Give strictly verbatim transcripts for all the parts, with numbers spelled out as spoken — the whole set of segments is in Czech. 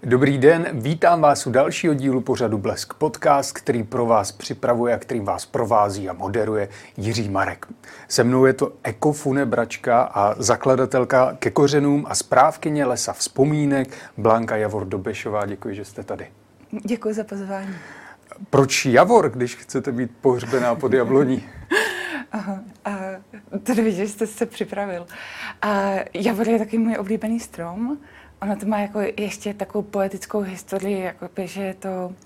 Dobrý den, vítám vás u dalšího dílu pořadu Blesk Podcast, který pro vás připravuje a který vás provází a moderuje Jiří Marek. Se mnou je to ekofunebračka a zakladatelka Ke kořenům a správkyně Lesa vzpomínek Blanka Javor-Dobešová. Děkuji, že jste tady. Děkuji za pozvání. Proč Javor, když chcete být pohřbená pod jabloní? Aha, a to nevíš, že jste se připravil. A Javor je taky můj oblíbený strom. Ono to má jako ještě takovou poetickou historii, jako že je to uh,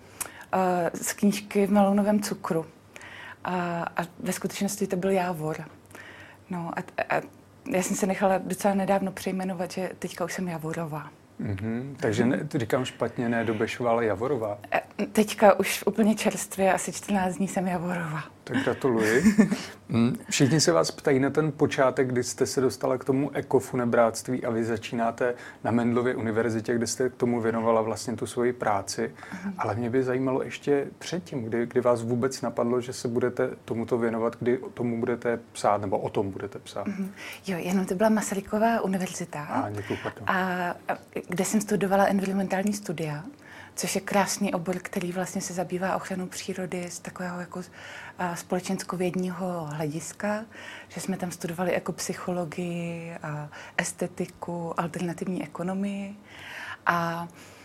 z knížky V melounovém cukru. A, a ve skutečnosti to byl Jávor. No a, a já jsem se nechala docela nedávno přejmenovat, že teďka už jsem Javorová. Mm-hmm. Takže ne, říkám špatně, ne Dobešová, ale Javorová. Teďka už úplně čerstvě, asi čtrnáct dní jsem Javorová. Tak gratuluji. Všichni se vás ptají na ten počátek, kdy jste se dostala k tomu ekofunebráctví a vy začínáte na Mendelově univerzitě, kde jste k tomu věnovala vlastně tu svoji práci. Aha. Ale mě by zajímalo ještě předtím, kdy, kdy vás vůbec napadlo, že se budete tomuto věnovat, kdy tomu budete psát, nebo o tom budete psát. Mhm. Jo, jenom to byla Masaryková univerzita, a, děkuji, a, a kde jsem studovala environmentální studia, což je krásný obor, který vlastně se zabývá ochranou přírody z takového jako společenskovědního hlediska, že jsme tam studovali ekopsychologii, a estetiku, alternativní ekonomii. A,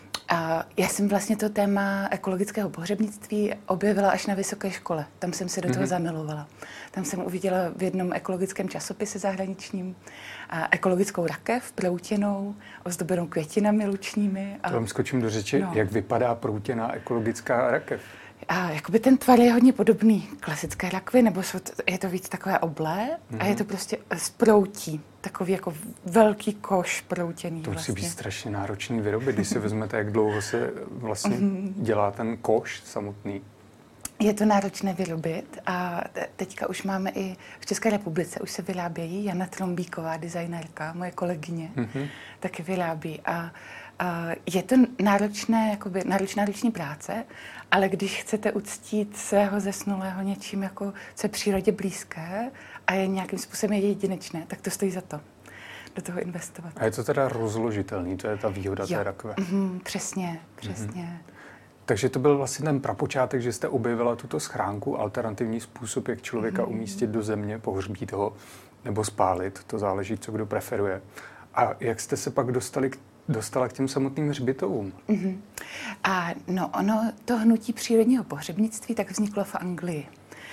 a já jsem vlastně to téma ekologického pohřebnictví objevila až na vysoké škole. Tam jsem se do toho mm-hmm. zamilovala. Tam jsem uviděla v jednom ekologickém časopise zahraničním a ekologickou rakev proutěnou, ozdobenou květinami lučními. A... To vám skočím do řeči, no. Jak vypadá proutěná ekologická rakev? A jakoby ten tvar je hodně podobný klasické rakvi, nebo je to víc takové oblé mm-hmm. a je to prostě z proutí. Takový jako velký koš proutěný. To musí vlastně. být strašně náročný vyrobit, když si vezmete, jak dlouho se vlastně mm-hmm. dělá ten koš samotný. Je to náročné vyrobit a teďka už máme i v České republice, už se vyrábějí. Jana Trombíková, designérka, moje kolegyně, mm-hmm. taky vyrábí. A, a je to náročné, jakoby, náročná ruční práce, ale když chcete uctít svého zesnulého něčím, jako, co je přírodě blízké a je nějakým způsobem jedinečné, tak to stojí za to, do toho investovat. A je to teda rozložitelný, to je ta výhoda jo. té rakve. Mm, přesně, přesně. Mm-hmm. Takže to byl vlastně ten prapočátek, že jste objevila tuto schránku, alternativní způsob, jak člověka mm-hmm. umístit do země, pohřbít ho nebo spálit, to záleží, co kdo preferuje. A jak jste se pak dostali k, dostala k těm samotným hřbitovům? Mm-hmm. A no, ono, to hnutí přírodního pohřebnictví tak vzniklo v Anglii.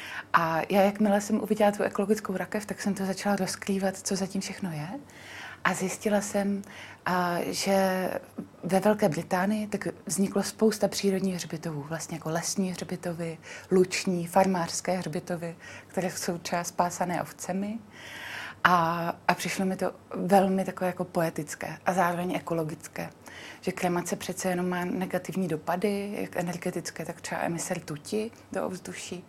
A já, jakmile jsem uviděla tu ekologickou rakev, tak jsem to začala rozkrývat, co zatím všechno je. A zjistila jsem, a, že ve Velké Británii tak vzniklo spousta přírodních hřbitovů, vlastně jako lesní hřbitovy, luční, farmářské hřbitovy, které jsou třeba spásané ovcemi. A, a přišlo mi to velmi takové jako poetické a zároveň ekologické. Že kremace přece jenom má negativní dopady, jak energetické, tak třeba emise rtuti do ovzduší.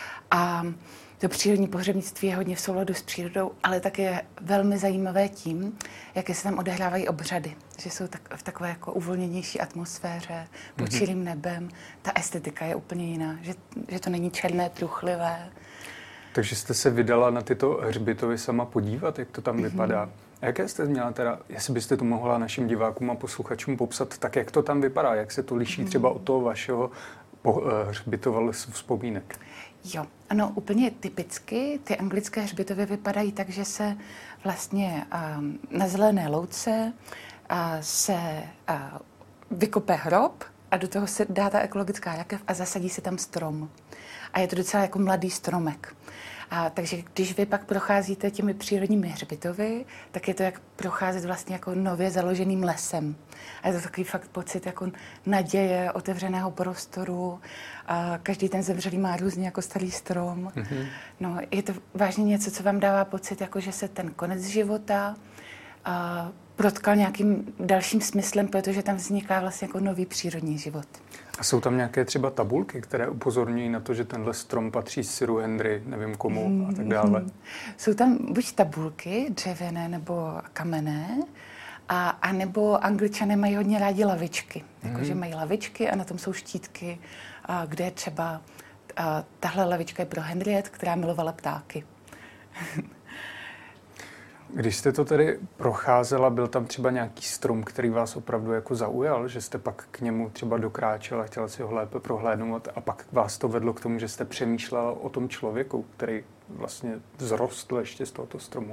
A to přírodní pohřebnictví je hodně v souladu s přírodou, ale také je velmi zajímavé tím, jaké se tam odehrávají obřady. Že jsou tak, v takové jako uvolněnější atmosféře, pod mm-hmm. čirým nebem. Ta estetika je úplně jiná, že, že to není černé, truchlivé. Takže jste se vydala na tyto hřbitovy sama podívat, jak to tam mm-hmm. vypadá. A jaké jste měla teda, jestli byste to mohla našim divákům a posluchačům popsat, tak jak to tam vypadá, jak se to liší mm-hmm. třeba od toho vašeho hřbitova vzpomínek? Jo, ano, úplně typicky ty anglické hřbitovy vypadají tak, že se vlastně um, na zelené louce uh, se uh, vykope hrob a do toho se dá ta ekologická rakev a zasadí se tam strom. A je to docela jako mladý stromek. A takže když vy pak procházíte těmi přírodními hřbitovy, tak je to jak procházet vlastně jako nově založeným lesem. A je to takový fakt pocit jako naděje, otevřeného prostoru. A každý ten zemřelý má různě jako starý strom. Mm-hmm. No, je to vážně něco, co vám dává pocit, jako že se ten konec života a, protkal nějakým dalším smyslem, protože tam vzniká vlastně jako nový přírodní život. A jsou tam nějaké třeba tabulky, které upozorňují na to, že tenhle strom patří Siru Henry, nevím komu hmm. a tak dále? Jsou tam buď tabulky dřevěné nebo kamenné, a, a nebo Angličané mají hodně rádi lavičky. Hmm. Takže mají lavičky a na tom jsou štítky, a, kde je třeba a, tahle lavička je pro Henriette, která milovala ptáky. Když jste to tedy procházela, byl tam třeba nějaký strom, který vás opravdu jako zaujal, že jste pak k němu třeba dokráčela, chtěla si ho lépe prohlédnout a pak vás to vedlo k tomu, že jste přemýšlela o tom člověku, který vlastně vzrostl ještě z tohoto stromu?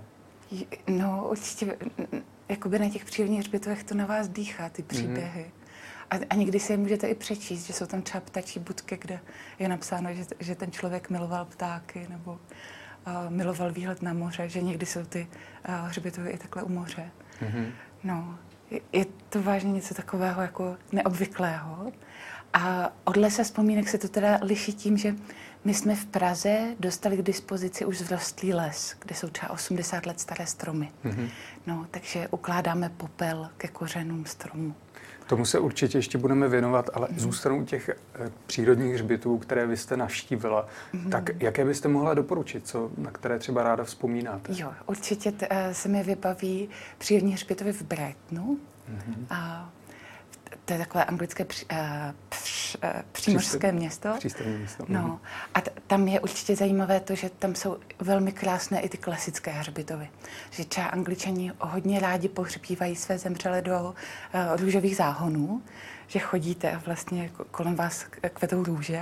No určitě, jakoby na těch přírodních hřbitovech to na vás dýchá, ty příběhy. Mm-hmm. A, a někdy si je můžete i přečíst, že jsou tam třeba ptačí budky, kde je napsáno, že, že ten člověk miloval ptáky nebo uh, miloval výhled na moře, že někdy jsou ty uh, hřbitovy i takhle u moře. Mm-hmm. No, je, je to vážně něco takového jako neobvyklého. A od Lesa vzpomínek se to teda liší tím, že my jsme v Praze dostali k dispozici už vzrostlý les, kde jsou třeba osmdesát let staré stromy. Mm-hmm. No, takže ukládáme popel ke kořenům stromu. Tomu se určitě ještě budeme věnovat, ale mm. zůstanou těch e, přírodních hřbitovů, které vy jste navštívila. Mm. Tak jaké byste mohla doporučit, co, na které třeba ráda vzpomínáte? Jo, určitě t, e, se mi vybaví přírodní hřbitovy v Brightonu. Mm. A to je takové anglické při, uh, př, uh, přímořské město. Přístavní město. No. A t- tam je určitě zajímavé to, že tam jsou velmi krásné i ty klasické hřbitovy. Že třeba Angličani hodně rádi pohřbívají své zemřelé do uh, růžových záhonů, že chodíte a vlastně kolem vás kvetou růže.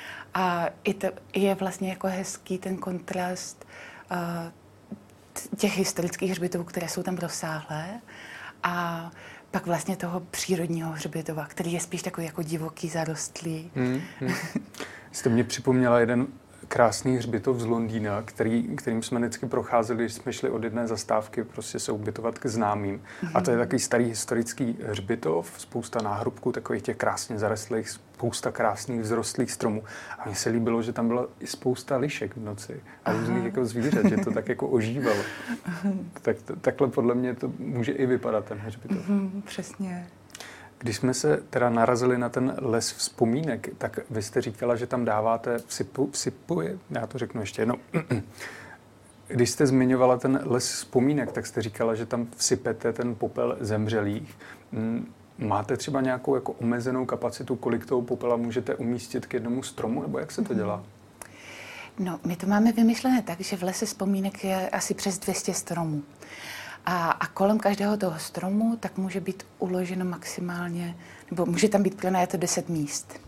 A i to je vlastně jako hezký ten kontrast uh, těch historických hřbitovů, které jsou tam rozsáhlé. A pak vlastně toho přírodního hřbitova, který je spíš takový jako divoký, zarostlý. Hmm, hmm. Jste mě připomněla jeden krásný hřbitov z Londýna, který, kterým jsme vždycky procházeli, když jsme šli od jedné zastávky prostě se ubytovat k známým. Mm-hmm. A to je takový starý historický hřbitov, spousta náhrobků, takových těch krásně zarostlých, spousta krásných vzrostlých stromů. A mně se líbilo, že tam byla i spousta lišek v noci a různých jako zvířat, že to tak jako ožívalo. Tak, takhle podle mě to může i vypadat ten hřbitov. Mm-hmm, přesně. Když jsme se teda narazili na ten les vzpomínek, tak vy jste říkala, že tam dáváte vsypu, vsypuje, já to řeknu ještě jednou. Když jste zmiňovala ten les vzpomínek, tak jste říkala, že tam vsypete ten popel zemřelých. Máte třeba nějakou jako omezenou kapacitu, kolik toho popela můžete umístit k jednomu stromu, nebo jak se to dělá? No, my to máme vymyšlené tak, že v lese vzpomínek je asi přes dvě stě stromů. A, a kolem každého toho stromu tak může být uloženo maximálně, nebo může tam být pronajato deset míst.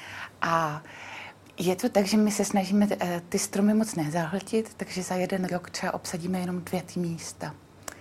A je to tak, že my se snažíme ty stromy moc nezahltit, takže za jeden rok třeba obsadíme jenom dvě ty místa.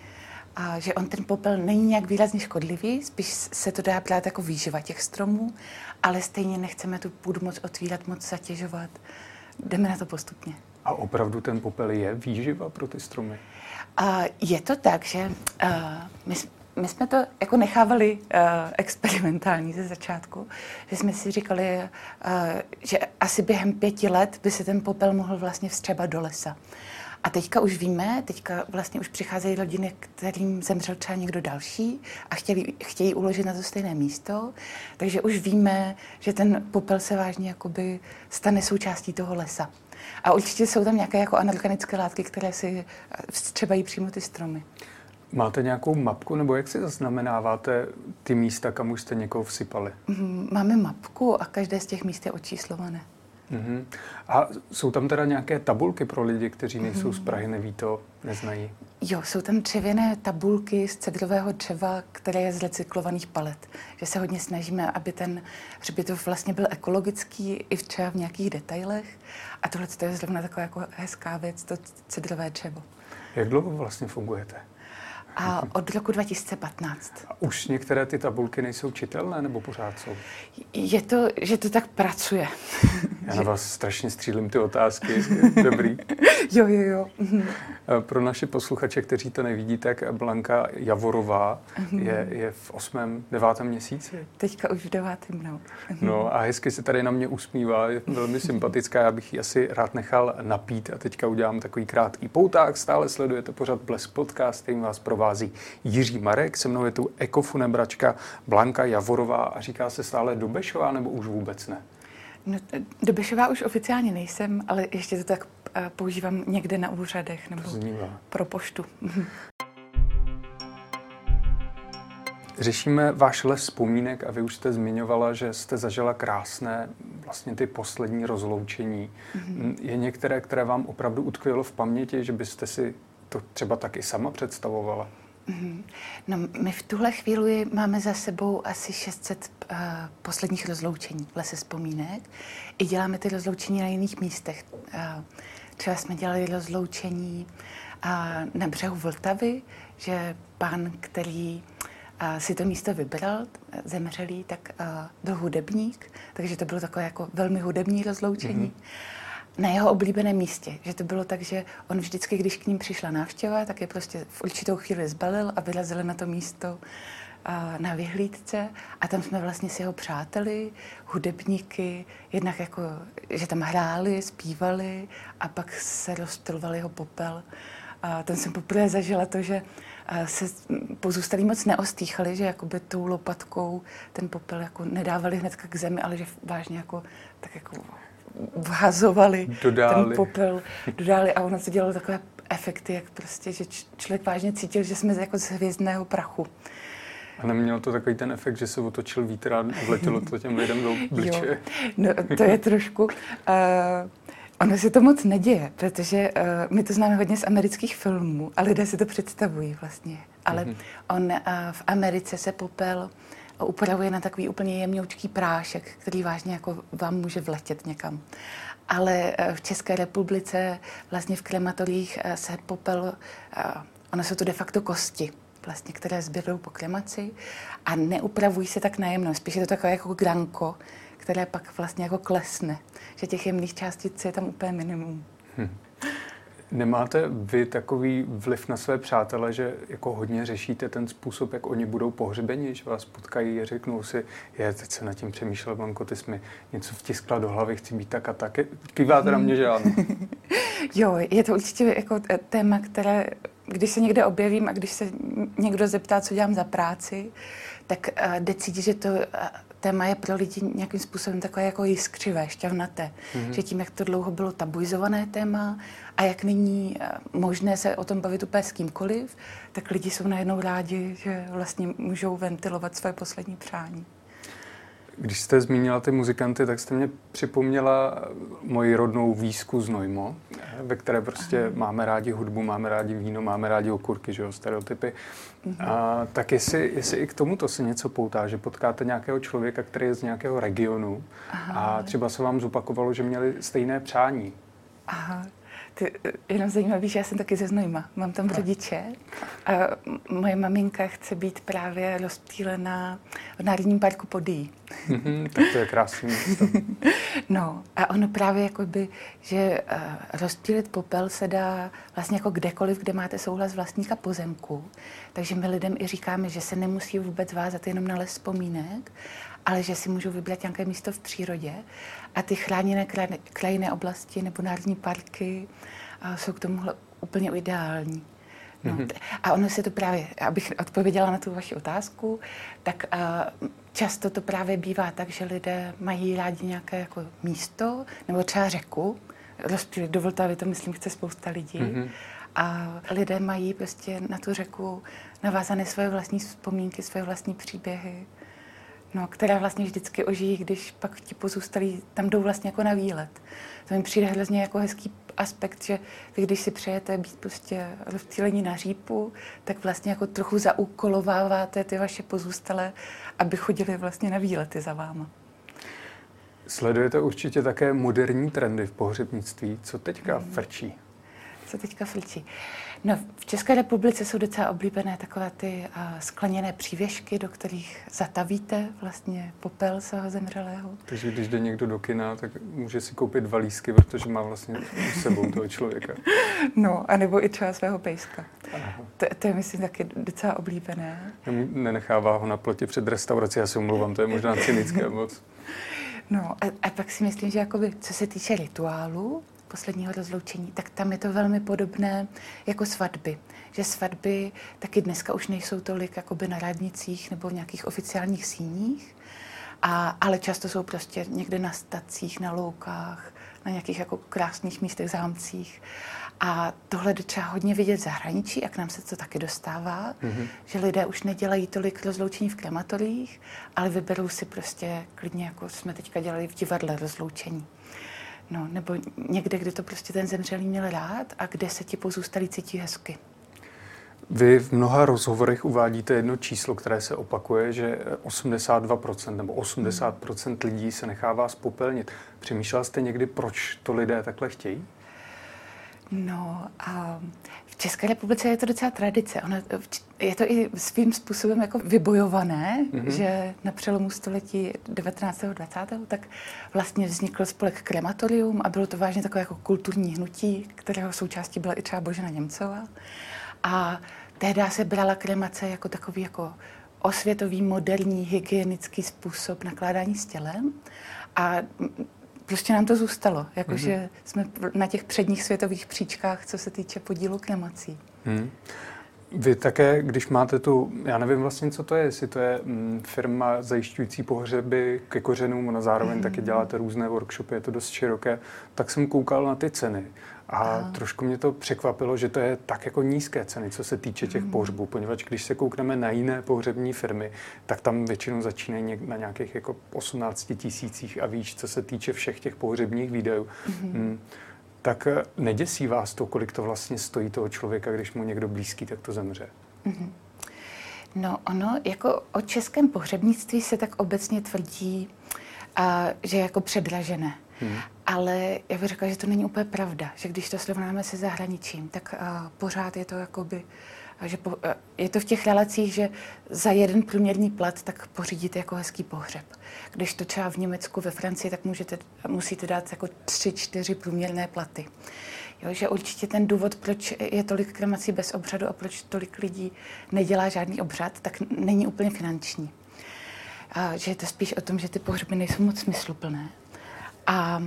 A že on ten popel není nějak výrazně škodlivý, spíš se to dá brát jako výživa těch stromů, ale stejně nechceme tu půdu moc otvírat, moc zatěžovat. Jdeme na to postupně. A opravdu ten popel je výživa pro ty stromy? Uh, je to tak, že uh, my, my jsme to jako nechávali uh, experimentální ze začátku, že jsme si říkali, uh, že asi během pěti let by se ten popel mohl vlastně vstřebat do lesa. A teďka už víme, teďka vlastně už přicházejí rodiny, kterým zemřel třeba někdo další a chtěli, chtějí uložit na to stejné místo, takže už víme, že ten popel se vážně jakoby stane součástí toho lesa. A určitě jsou tam nějaké jako anorganické látky, které si vstřebají přímo ty stromy. Máte nějakou mapku, nebo jak si zaznamenáváte ty místa, kam už jste někoho vsypali? Máme mapku a každé z těch míst je očíslované. Mm-hmm. A jsou tam teda nějaké tabulky pro lidi, kteří nejsou mm. z Prahy, neví to, neznají? Jo, jsou tam dřevěné tabulky z cedrového dřeva, které je z recyklovaných palet. Že se hodně snažíme, aby ten hřbitov vlastně byl ekologický i třeba v nějakých detailech. A tohle je zrovna taková jako hezká věc, to cedrové dřevo. Jak dlouho vlastně fungujete? A od roku dva tisíce patnáct. A už některé ty tabulky nejsou čitelné, nebo pořád jsou? Je to, že to tak pracuje. Já na vás strašně střílím ty otázky. Dobrý. Jo, jo, jo. Pro naše posluchače, kteří to nevidí, tak Blanka Javorová je, je v osmém, devátém měsíci. Teďka už v devátém, no. No a hezky se tady na mě usmívá, je velmi sympatická, já bych ji asi rád nechal napít a teďka udělám takový krátký pouták. Stále sledujete pořad Blesk Podcast, kterým vás provází Jiří Marek, se mnou je tu ekofunebračka Blanka Javorová a říká se stále Dobešová, nebo už vůbec ne? No, Dobešová už oficiálně nejsem, ale ještě to tak uh, používám někde na úřadech nebo pro poštu. Řešíme váš les vzpomínek a vy už jste zmiňovala, že jste zažila krásné vlastně ty poslední rozloučení. Mm-hmm. Je některé, které vám opravdu utkvělo v paměti, že byste si to třeba taky sama představovala? Mm-hmm. No, my v tuhle chvíli máme za sebou asi šest set uh, posledních rozloučení v Lese vzpomínek. I děláme ty rozloučení na jiných místech. Uh, třeba jsme dělali rozloučení uh, na břehu Vltavy, že pán, který uh, si to místo vybral, zemřelý, tak uh, byl hudebník, takže to bylo takové jako velmi hudební rozloučení. Mm-hmm. Na jeho oblíbeném místě, že to bylo tak, že on vždycky, když k ním přišla návštěva, tak je prostě v určitou chvíli zbalil a vyrazili na to místo a, na vyhlídce a tam jsme vlastně s jeho přáteli, hudebníky, jednak jako, že tam hráli, zpívali a pak se rozptyloval jeho popel. A tam jsem poprvé zažila to, že se pozůstalí moc neostýchali, že jakoby tou lopatkou ten popel jako nedávali hned k zemi, ale že vážně jako tak jako vhazovali dodali. ten popel, dodali a ono to dělalo takové efekty, jak prostě, že člověk vážně cítil, že jsme jako z hvězdného prachu. A nemělo to takový ten efekt, že se otočil vítr a vletělo to těm lidem do bliče? Jo, no to je trošku... Uh, ono se to moc neděje, protože uh, my to známe hodně z amerických filmů a lidé si to představují vlastně. Ale mm-hmm. on uh, v Americe se popel upravuje na takový úplně jemňoučký prášek, který vážně jako vám může vletět někam. Ale v České republice vlastně v krematoriích se popel, ono jsou to de facto kosti, vlastně, které sběrují po kremaci a neupravují se tak najemno. Spíš je to takové jako granko, které pak vlastně jako klesne. Že těch jemných částic je tam úplně minimum. Hm. Nemáte vy takový vliv na své přátele, že jako hodně řešíte ten způsob, jak oni budou pohřbeni, že vás potkají a řeknou si, je, teď se nad tím přemýšlel, Blanko, ty jsi mi něco vtiskla do hlavy, chci být tak a tak. Kýváte na mě, že ano? Jo, je to určitě jako téma, které, když se někde objevím a když se někdo zeptá, co dělám za práci, tak uh, jde cítit, že to uh, téma je pro lidi nějakým způsobem takové jako jiskřivé, šťavnaté. Mm-hmm. Že tím, jak to dlouho bylo tabuizované téma a jak není uh, možné se o tom bavit úplně s kýmkoliv, tak lidi jsou najednou rádi, že vlastně můžou ventilovat své poslední přání. Když jste zmínila ty muzikanty, tak jste mě připomněla moji rodnou Výsku z Nojmo, ve které prostě Aha. máme rádi hudbu, máme rádi víno, máme rádi okurky, že jo, stereotypy. Uh-huh. A tak jestli, jestli i k tomuto se něco poutá, že potkáte nějakého člověka, který je z nějakého regionu Aha. a třeba se vám zopakovalo, že měli stejné přání. Aha. Ty, jenom zajímavý, že já jsem taky ze Znojma. Mám tam rodiče a moje maminka chce být právě rozptýlená v Národním parku Podyjí. Mm-hmm, tak to je krásný místo. No a ono právě jakoby, že uh, rozptýlit popel se dá vlastně jako kdekoliv, kde máte souhlas vlastníka pozemku. Takže my lidem i říkáme, že se nemusí vůbec vázat jenom na Les vzpomínek, ale že si můžou vybrat nějaké místo v přírodě. A ty chráněné krajinné oblasti nebo národní parky a jsou k tomu úplně ideální. No, mm-hmm. A ono se to právě, abych odpověděla na tu vaši otázku, tak uh, často to právě bývá tak, že lidé mají rádi nějaké jako místo nebo třeba řeku. Rozptýlit do Vltavy, to myslím, chce spousta lidí. Mm-hmm. A lidé mají prostě na tu řeku navázané svoje vlastní vzpomínky, svoje vlastní příběhy. No, která vlastně vždycky ožijí, když pak ti pozůstalí tam jdou vlastně jako na výlet. To mi přijde hrozně jako hezký aspekt, že vy, když si přejete být prostě rozptýlení na řípu, tak vlastně jako trochu zaúkolováváte ty vaše pozůstalé, aby chodili vlastně na výlety za váma. Sledujete určitě také moderní trendy v pohřebnictví. Co teďka hmm. frčí? Co teďka frčí? No, v České republice jsou docela oblíbené takové ty uh, skleněné přívěšky, do kterých zatavíte vlastně popel svého zemřelého. Takže když jde někdo do kina, tak může si koupit dva lístky, protože má vlastně s sebou toho člověka. No, anebo i třeba svého pejska. To, to je, myslím, taky docela oblíbené. Nenechává ho na plotě před restaurací, já se omlouvám, to je možná cynické moc. No, a, a pak si myslím, že jakoby, co se týče rituálu, posledního rozloučení, tak tam je to velmi podobné jako svatby. Že svatby taky dneska už nejsou tolik jakoby na radnicích nebo v nějakých oficiálních síních, a, ale často jsou prostě někde na stacích, na loukách, na nějakých jako krásných místech, zámcích. A tohle jde třeba hodně vidět v zahraničí a k nám se to taky dostává, mm-hmm. že lidé už nedělají tolik rozloučení v krematoriích, ale vyberou si prostě klidně, jako jsme teďka dělali v divadle rozloučení. No, nebo někde, kde to prostě ten zemřelý měl rád a kde se ti pozůstalí cítí hezky. Vy v mnoha rozhovorech uvádíte jedno číslo, které se opakuje, že osmdesát dva procent nebo osmdesát procent lidí se nechá vás popelnit. Přemýšlel jste někdy, proč to lidé takhle chtějí? No a v České republice je to docela tradice. Ono, je to i svým způsobem jako vybojované, mm-hmm. že na přelomu století devatenáctého dvacátého tak vlastně vznikl spolek Krematorium a bylo to vážně takové jako kulturní hnutí, kterého součástí byla i třeba Božena Němcová. A tehdy se brala kremace jako takový jako osvětový, moderní, hygienický způsob nakládání s tělem. A prostě nám to zůstalo, jakože mm-hmm. jsme na těch předních světových příčkách, co se týče podílu kremací. Mm. Vy také, když máte tu, já nevím vlastně, co to je, jestli to je mm, firma zajišťující pohřeby ke kořenům, ona zároveň mm. taky děláte různé workshopy, je to dost široké, tak jsem koukal na ty ceny. A Aha. trošku mě to překvapilo, že to je tak jako nízké ceny, co se týče těch mm. pohřbů, poněvadž když se koukneme na jiné pohřební firmy, tak tam většinou začínají na nějakých jako osmnácti tisících a výš, co se týče všech těch pohřebních výdajů. Mm. Mm. Tak neděsí vás to, kolik to vlastně stojí toho člověka, když mu někdo blízký, tak to zemře? Mm. No ono, jako o českém pohřebnictví se tak obecně tvrdí, a, že je jako předražené. Hmm. Ale já bych řekla, že to není úplně pravda, že když to srovnáme se zahraničím, tak uh, pořád je to jakoby, že po, uh, je to v těch relacích, že za jeden průměrný plat tak pořídíte jako hezký pohřeb. Když to třeba v Německu, ve Francii, tak můžete, musíte dát jako tři, čtyři průměrné platy. Jo, že určitě ten důvod, proč je tolik kremací bez obřadu a proč tolik lidí nedělá žádný obřad, tak není úplně finanční. Uh, že je to spíš o tom, že ty pohřby nejsou moc smysluplné. A,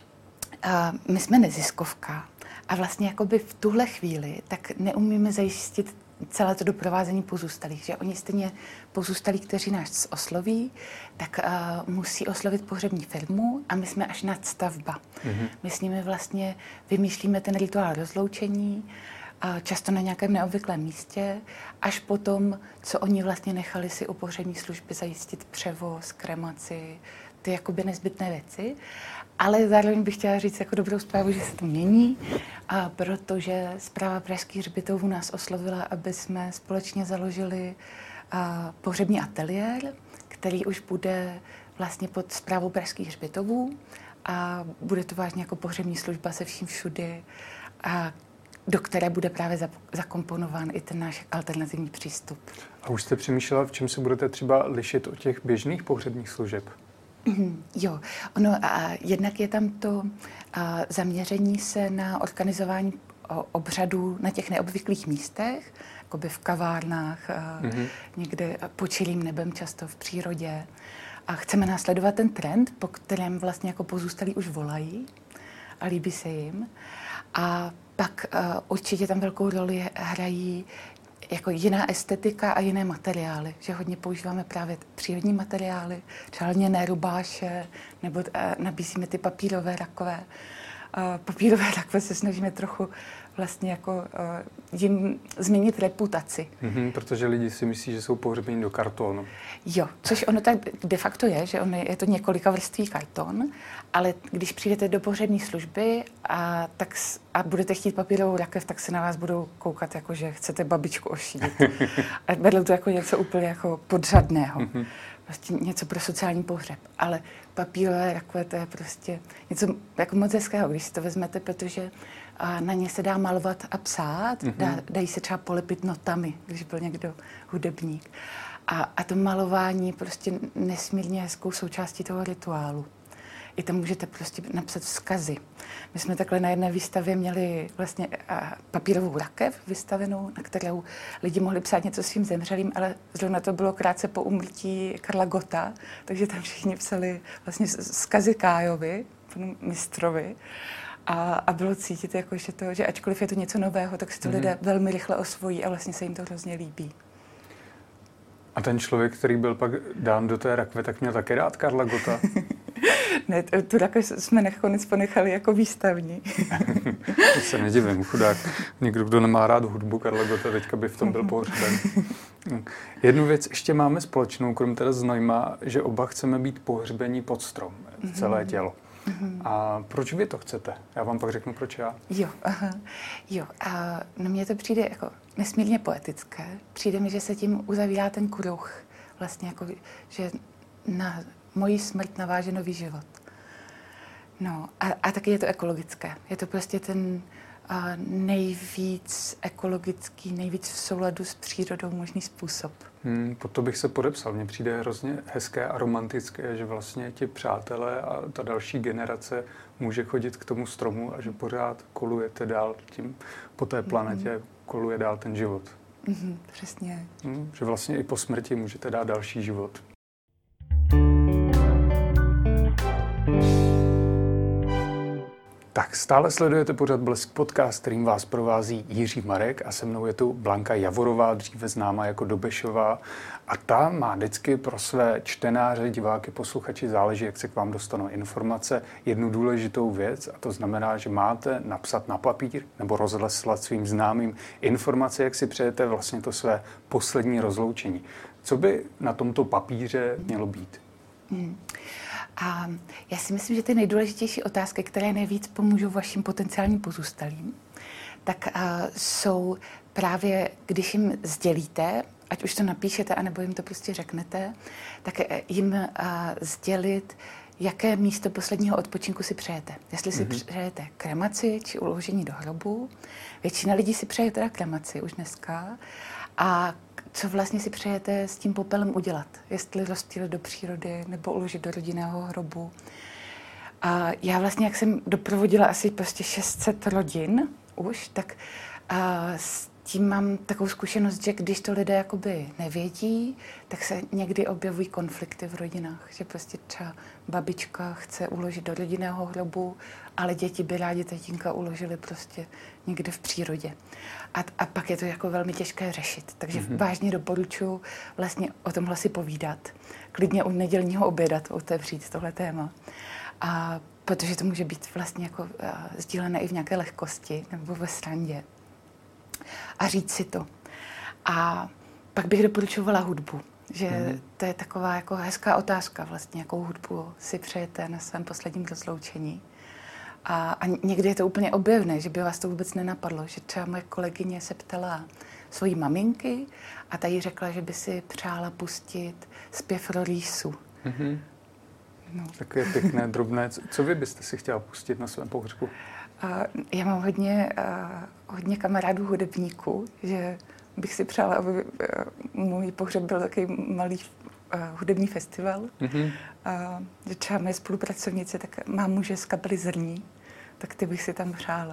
a my jsme neziskovka a vlastně jakoby v tuhle chvíli tak neumíme zajistit celé to doprovázení pozůstalých, že oni stejně pozůstalí, kteří nás osloví, tak uh, musí oslovit pohřební firmu a my jsme až nadstavba. Mm-hmm. My s nimi vlastně vymýšlíme ten rituál rozloučení, uh, často na nějakém neobvyklém místě, až potom, co oni vlastně nechali si u pohřební služby zajistit převoz, kremaci, ty jakoby nezbytné věci, ale zároveň bych chtěla říct jako dobrou zprávu, že se to mění, a protože Správa pražských hřbitovů nás oslovila, aby jsme společně založili a, pohřební ateliér, který už bude vlastně pod Správou pražských hřbitovů a bude to vážně jako pohřební služba se vším všudy, a do které bude právě zakomponován i ten náš alternativní přístup. A už jste přemýšlela, v čem se budete třeba lišit od těch běžných pohřebních služeb? Mm, jo, ono a jednak je tam to a, zaměření se na organizování o, obřadů na těch neobvyklých místech, jakoby v kavárnách, a, mm-hmm. někde pod čirým nebem, často v přírodě. A chceme následovat ten trend, po kterém vlastně jako pozůstalí už volají a líbí se jim. A pak a, určitě tam velkou roli hrají jako jiná estetika a jiné materiály, že hodně používáme právě přírodní materiály, třeba lněné rubáše, nebo uh, nabízíme ty papírové rakve. Uh, papírové rakve se snažíme trochu vlastně jako uh, jim změnit reputaci. Mm-hmm, protože lidi si myslí, že jsou pohřbení do kartonu. Jo, což ono tak de facto je, že on je, je to několika vrství karton, ale když přijdete do pohřební služby a, tak, a budete chtít papírovou rakev, tak se na vás budou koukat, jako že chcete babičku ošidit. A berou to jako něco úplně jako podřadného. Mm-hmm. Prostě něco pro sociální pohřeb. Ale papírové rakve, to je prostě něco jako moc hezkého, když si to vezmete, protože a na ně se dá malovat a psát, mm-hmm. dá, dají se třeba polepit notami, když byl někdo hudebník. A, a to malování prostě nesmírně hezkou součástí toho rituálu. I tam můžete prostě napsat vzkazy. My jsme takhle na jedné výstavě měli vlastně papírovou rakev vystavenou, na kterou lidi mohli psát něco svým zemřelým, ale zrovna to bylo krátce po úmrtí Karla Gotta, takže tam všichni psali vlastně vzkazy Kájovi, panu mistrovi. A, a bylo cítit, jako, že, to, že ačkoliv je to něco nového, tak si to mm-hmm. lidé velmi rychle osvojí a vlastně se jim to hrozně líbí. A ten člověk, který byl pak dán do té rakve, tak měl také rád Karla Gotta? Ne, tu rakve jsme nakonec ponechali jako výstavní. To se nedivím, chudák. Někdo, kdo nemá rád hudbu Karla Gotta, teďka by v tom byl pohřben. Jednu věc ještě máme společnou, krom teda znojma, že oba chceme být pohřbení pod strom, celé tělo. Mm-hmm. A proč vy to chcete? Já vám pak řeknu, proč já. Jo, aha, jo. A no mně to přijde jako nesmírně poetické. Přijde mi, že se tím uzavírá ten kruh. Vlastně jako, že na moji smrt naváže nový život. No a, a taky je to ekologické. Je to prostě ten a, nejvíc ekologický, nejvíc v souladu s přírodou možný způsob. Hmm, pod to bych se podepsal. Mně přijde hrozně hezké a romantické, že vlastně ti přátelé a ta další generace může chodit k tomu stromu a že pořád kolujete dál tím, po té planetě mm-hmm. koluje dál ten život. Mm-hmm, přesně. Hmm, že vlastně i po smrti můžete dát další život. Tak stále sledujete pořad Blesk Podcast, kterým vás provází Jiří Marek a se mnou je tu Blanka Javorová, dříve známá jako Dobešová. A ta má vždycky pro své čtenáře, diváky, posluchači, záleží, jak se k vám dostanou informace, jednu důležitou věc, a to znamená, že máte napsat na papír nebo rozeslat svým známým informace, jak si přejete vlastně to své poslední rozloučení. Co by na tomto papíře mělo být? Hmm. A já si myslím, že ty nejdůležitější otázky, které nejvíc pomůžou vašim potenciálním pozůstalým, tak a, jsou právě, když jim sdělíte, ať už to napíšete, anebo jim to prostě řeknete, tak jim a, sdělit, jaké místo posledního odpočinku si přejete. Jestli si mm-hmm. přejete kremaci či uložení do hrobu. Většina lidí si přeje teda kremaci už dneska. A co vlastně si přejete s tím popelem udělat? Jestli rozptýlit do přírody nebo uložit do rodinného hrobu. A já vlastně, jak jsem doprovodila asi prostě šest set rodin už, tak a s tím mám takovou zkušenost, že když to lidé jakoby nevědí, tak se někdy objevují konflikty v rodinách. Že prostě třeba babička chce uložit do rodinného hrobu, ale děti by rádi tatínka uložili prostě někde v přírodě. A, a pak je to jako velmi těžké řešit. Takže mm-hmm. vážně doporučuji vlastně o tomhle si povídat. Klidně u nedělního oběda to otevřít, tohle téma. A protože to může být vlastně jako uh, sdílené i v nějaké lehkosti nebo ve srandě. A říct si to. A pak bych doporučovala hudbu. Že mm-hmm. to je taková jako hezká otázka vlastně, jakou hudbu si přejete na svém posledním rozloučení. A, a někdy je to úplně objevné, že by vás to vůbec nenapadlo. Že třeba moje kolegyně se ptala svojí maminky a ta jí řekla, že by si přála pustit zpěv Rorýsu. Mm-hmm. No. Takové pěkné, drobné. Co vy byste si chtěla pustit na svém pohřbu? A já mám hodně, uh, hodně kamarádů hudebníků, že bych si přála, aby uh, můj pohřeb byl takový malý uh, hudební festival. Mm-hmm. Uh, že třeba mé spolupracovnice tak má muže z kapely Zrní, tak ty bych si tam přála.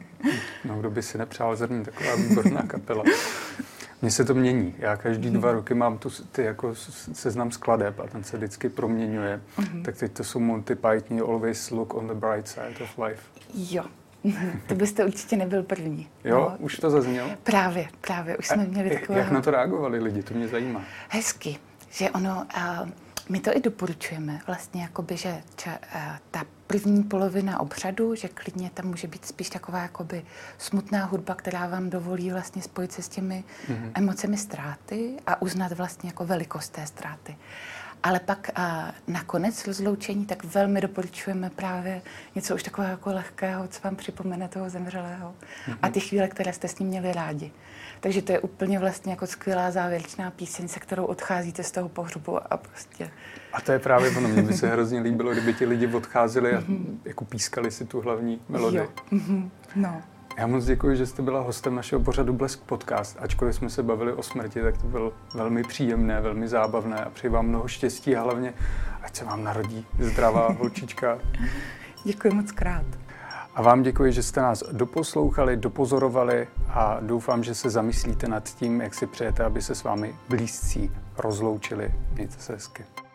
No, kdo by si nepřál Zrní, taková výborná kapela. Mně se to mění. Já každý dva roky mám tu, ty jako seznam skladeb a ten se vždycky proměňuje. Mm-hmm. Tak teď to jsou Monty Python, Always Look on the Bright Side of Life. Jo, to byste určitě nebyl první. Jo, no, už to zaznělo? Právě, právě. Už jsme a měli takové. Jak na to reagovali lidi? To mě zajímá. Hezky, že ono, uh, my to i doporučujeme vlastně, jakoby, že ča, uh, ta první polovina obřadu, že klidně tam může být spíš taková jakoby smutná hudba, která vám dovolí vlastně spojit se s těmi mm-hmm. emocemi ztráty a uznat vlastně jako velikost té ztráty. Ale pak a nakonec rozloučení, tak velmi doporučujeme právě něco už takového jako lehkého, co vám připomene toho zemřelého. Mm-hmm. A ty chvíle, které jste s ním měli rádi. Takže to je úplně vlastně jako skvělá závěrečná píseň, se kterou odcházíte z toho pohřbu a prostě... A to je právě ono. Mně by se hrozně líbilo, kdyby ti lidi odcházeli a mm-hmm. jako pískali si tu hlavní melodii. Mm-hmm. No. Já moc děkuji, že jste byla hostem našeho pořadu Blesk Podcast. Ačkoliv jsme se bavili o smrti, tak to bylo velmi příjemné, velmi zábavné a přeji vám mnoho štěstí a hlavně, ať se vám narodí zdravá holčička. Děkuji moc krát. A vám děkuji, že jste nás doposlouchali, dopozorovali a doufám, že se zamyslíte nad tím, jak si přejete, aby se s vámi blízcí rozloučili. Mějte se hezky.